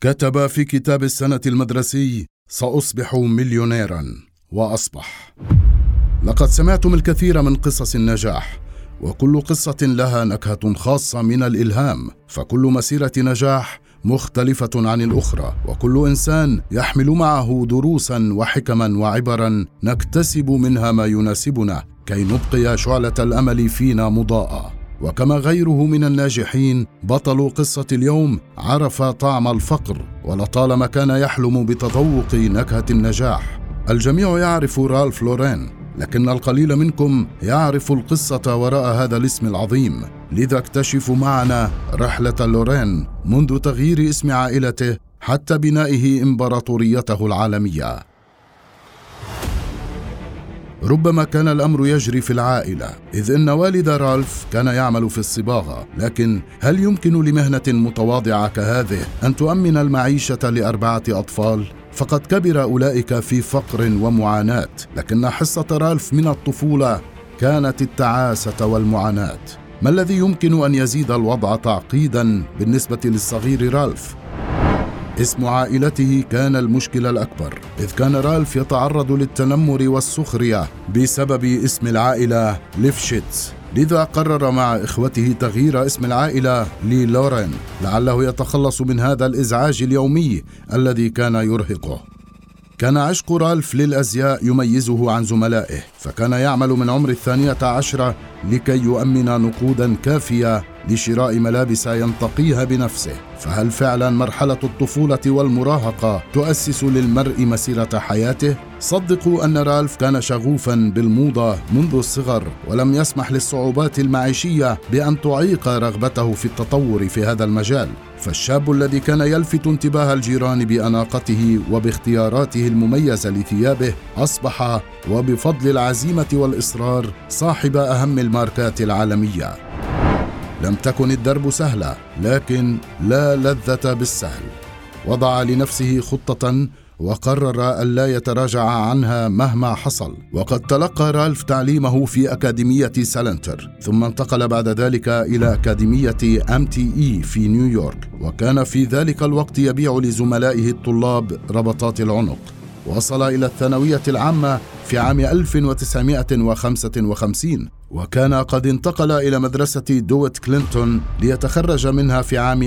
كتب في كتاب السنة المدرسي: سأصبح مليونيرا، وأصبح. لقد سمعتم الكثير من قصص النجاح، وكل قصة لها نكهة خاصة من الإلهام، فكل مسيرة نجاح مختلفة عن الأخرى، وكل إنسان يحمل معه دروسا وحكما وعبرا نكتسب منها ما يناسبنا كي نبقي شعلة الأمل فينا مضاءة. وكما غيره من الناجحين، بطل قصة اليوم عرف طعم الفقر، ولطالما كان يحلم بتذوق نكهة النجاح. الجميع يعرف رالف لورين، لكن القليل منكم يعرف القصة وراء هذا الاسم العظيم. لذا اكتشفوا معنا رحلة لورين منذ تغيير اسم عائلته حتى بنائه إمبراطوريته العالمية. ربما كان الأمر يجري في العائلة، إذ إن والد رالف كان يعمل في الصباغة، لكن هل يمكن لمهنة متواضعة كهذه أن تؤمن المعيشة ل4 أطفال؟ فقد كبر أولئك في فقر ومعاناة، لكن حصة رالف من الطفولة كانت التعاسة والمعاناة. ما الذي يمكن أن يزيد الوضع تعقيدا بالنسبة للصغير رالف؟ اسم عائلته كان المشكلة الأكبر، إذ كان رالف يتعرض للتنمر والسخرية بسبب اسم العائلة ليفشيتز. لذا قرر مع إخوته تغيير اسم العائلة للورين لعله يتخلص من هذا الإزعاج اليومي الذي كان يرهقه. كان عشق رالف للأزياء يميزه عن زملائه، فكان يعمل من عمر 12 لكي يؤمن نقودا كافية لشراء ملابس ينتقيها بنفسه. فهل فعلا مرحلة الطفولة والمراهقة تؤسس للمرء مسيرة حياته؟ صدقوا أن رالف كان شغوفا بالموضة منذ الصغر، ولم يسمح للصعوبات المعيشية بأن تعيق رغبته في التطور في هذا المجال. فالشاب الذي كان يلفت انتباه الجيران بأناقته وباختياراته المميزة لثيابه أصبح وبفضل العزيمة والإصرار صاحب أهم الماركات العالمية. لم تكن الدرب سهلة، لكن لا لذة بالسهل. وضع لنفسه خطة وقرر ألا يتراجع عنها مهما حصل. وقد تلقى رالف تعليمه في أكاديمية سالنتر، ثم انتقل بعد ذلك إلى أكاديمية MTE في نيويورك، وكان في ذلك الوقت يبيع لزملائه الطلاب ربطات العنق. وصل إلى الثانوية العامة في عام 1955، وكان قد انتقل إلى مدرسة دويت كلينتون ليتخرج منها في عام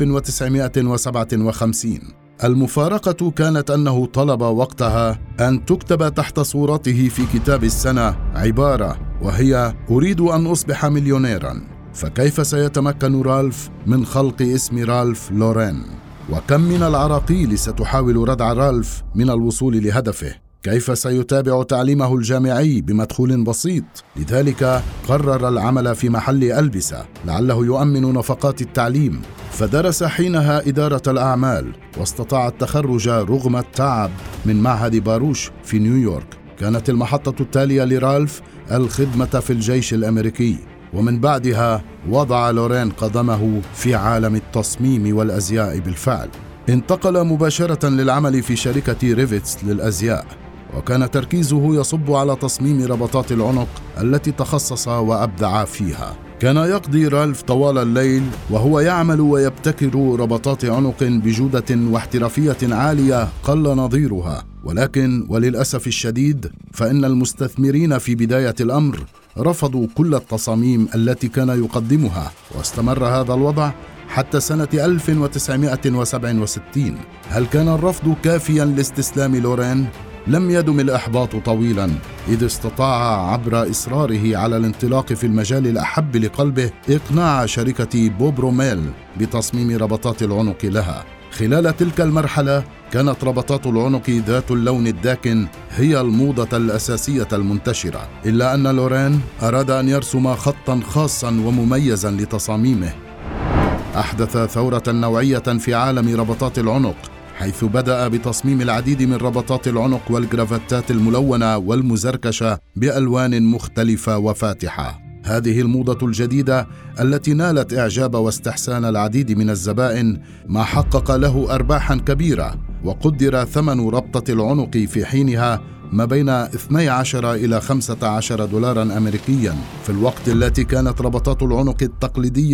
1957. المفارقة كانت أنه طلب وقتها أن تكتب تحت صورته في كتاب السنة عبارة، وهي: أريد أن أصبح مليونيرا. فكيف سيتمكن رالف من خلق اسم رالف لورين؟ وكم من العراقيل ستحاول ردع رالف من الوصول لهدفه؟ كيف سيتابع تعليمه الجامعي بمدخول بسيط؟ لذلك قرر العمل في محل ألبسة لعله يؤمن نفقات التعليم، فدرس حينها إدارة الأعمال، واستطاع التخرج رغم التعب من معهد باروش في نيويورك. كانت المحطة التالية لرالف الخدمة في الجيش الأمريكي، ومن بعدها وضع لورين قدمه في عالم التصميم والأزياء بالفعل. انتقل مباشرة للعمل في شركة ريفيتس للأزياء، وكان تركيزه يصب على تصميم ربطات العنق التي تخصص وأبدع فيها. كان يقضي رالف طوال الليل وهو يعمل ويبتكر ربطات عنق بجودة واحترافية عالية قل نظيرها، ولكن وللأسف الشديد فإن المستثمرين في بداية الأمر رفضوا كل التصاميم التي كان يقدمها، واستمر هذا الوضع حتى سنة 1967. هل كان الرفض كافيا لاستسلام لورين؟ لم يدم الإحباط طويلا، إذ استطاع عبر إصراره على الانطلاق في المجال الأحب لقلبه إقناع شركة بوب روميل بتصميم ربطات العنق لها. خلال تلك المرحلة كانت ربطات العنق ذات اللون الداكن هي الموضة الأساسية المنتشرة، إلا أن لورين أراد أن يرسم خطا خاصا ومميزا لتصاميمه. أحدث ثورة نوعية في عالم ربطات العنق، حيث بدأ بتصميم العديد من ربطات العنق والجرافاتات الملونة والمزركشة بألوان مختلفة وفاتحة. هذه الموضة الجديدة التي نالت إعجاب واستحسان العديد من الزبائن ما حقق له أرباحا كبيرة، وقدر ثمن ربطة العنق في حينها ما بين 12 إلى 15 دولارا أمريكيا، في الوقت التي كانت ربطات العنق التقليدية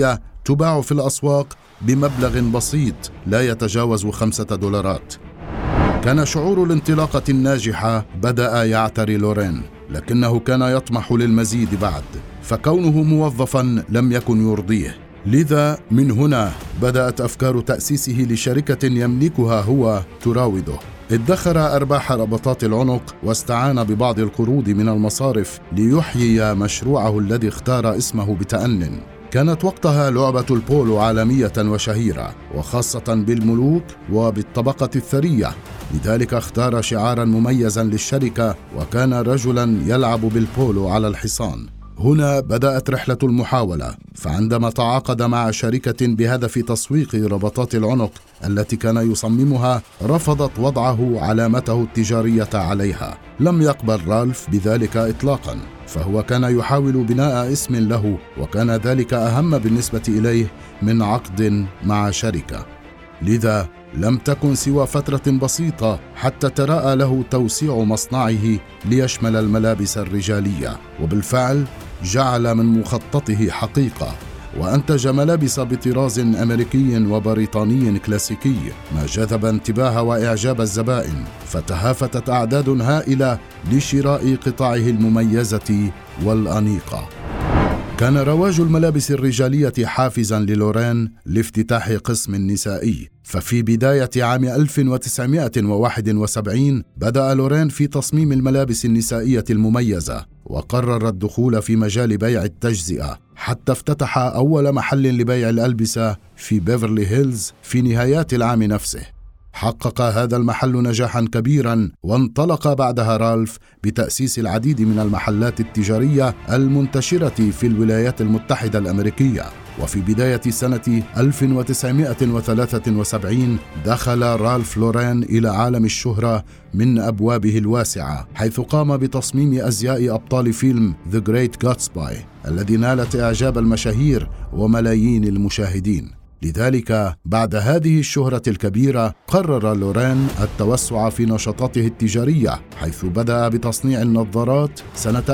تباع في الأسواق بمبلغ بسيط لا يتجاوز $5. كان شعور الانطلاقة الناجحة بدأ يعتري لورين، لكنه كان يطمح للمزيد بعد، فكونه موظفا لم يكن يرضيه. لذا من هنا بدأت أفكار تأسيسه لشركة يملكها هو تراوده. ادخر أرباح ربطات العنق واستعان ببعض القروض من المصارف ليحيي مشروعه الذي اختار اسمه بتأن. كانت وقتها لعبة البولو عالمية وشهيرة، وخاصة بالملوك وبالطبقة الثرية، لذلك اختار شعارا مميزا للشركة، وكان رجلا يلعب بالبولو على الحصان. هنا بدأت رحلة المحاولة، فعندما تعاقد مع شركة بهدف تسويق ربطات العنق التي كان يصممها، رفضت وضعه علامته التجارية عليها. لم يقبل رالف بذلك إطلاقا، فهو كان يحاول بناء اسم له، وكان ذلك أهم بالنسبة إليه من عقد مع شركة. لذا لم تكن سوى فترة بسيطة حتى تراءى له توسيع مصنعه ليشمل الملابس الرجالية، وبالفعل جعل من مخططه حقيقة، وأنتج ملابس بطراز أمريكي وبريطاني كلاسيكي، ما جذب انتباه وإعجاب الزبائن، فتهافتت أعداد هائلة لشراء قطعه المميزة والأنيقة. كان رواج الملابس الرجالية حافزاً للورين لافتتاح قسم نسائي، ففي بداية عام 1971 بدأ لورين في تصميم الملابس النسائية المميزة، وقرر الدخول في مجال بيع التجزئة، حتى افتتح أول محل لبيع الألبسة في بيفرلي هيلز في نهايات العام نفسه. حقق هذا المحل نجاحا كبيرا، وانطلق بعدها رالف بتأسيس العديد من المحلات التجارية المنتشرة في الولايات المتحدة الأمريكية. وفي بداية سنة 1973 دخل رالف لورين إلى عالم الشهرة من أبوابه الواسعة، حيث قام بتصميم أزياء أبطال فيلم The Great Gatsby الذي نالت إعجاب المشاهير وملايين المشاهدين. لذلك بعد هذه الشهرة الكبيرة قرر لورين التوسع في نشاطاته التجارية، حيث بدأ بتصنيع النظارات سنة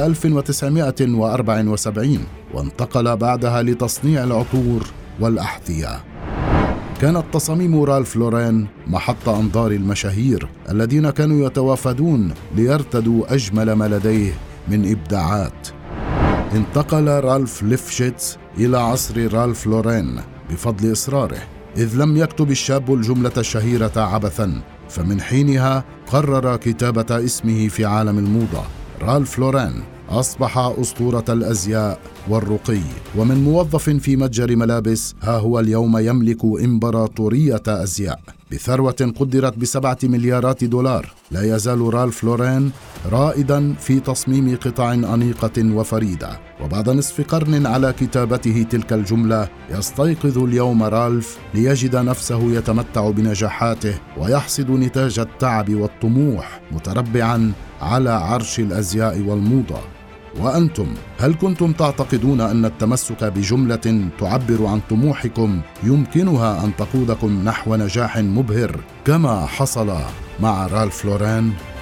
1974، وانتقل بعدها لتصنيع العطور والأحذية. كانت تصاميم رالف لورين محط أنظار المشاهير الذين كانوا يتوافدون ليرتدوا أجمل ما لديه من إبداعات. انتقل رالف ليفشيتز إلى عصر رالف لورين بفضل إصراره، إذ لم يكتب الشاب الجملة الشهيرة عبثاً، فمن حينها قرر كتابة اسمه في عالم الموضة. رالف لورين أصبح أسطورة الأزياء والرقي، ومن موظف في متجر ملابس ها هو اليوم يملك إمبراطورية أزياء بثروة قدرت ب7 مليارات دولار. لا يزال رالف لورين رائدا في تصميم قطع أنيقة وفريدة، وبعد نصف قرن على كتابته تلك الجملة يستيقظ اليوم رالف ليجد نفسه يتمتع بنجاحاته ويحصد نتاج التعب والطموح، متربعا على عرش الأزياء والموضة. وأنتم هل كنتم تعتقدون أن التمسك بجملة تعبر عن طموحكم يمكنها أن تقودكم نحو نجاح مبهر كما حصل مع رالف لورين؟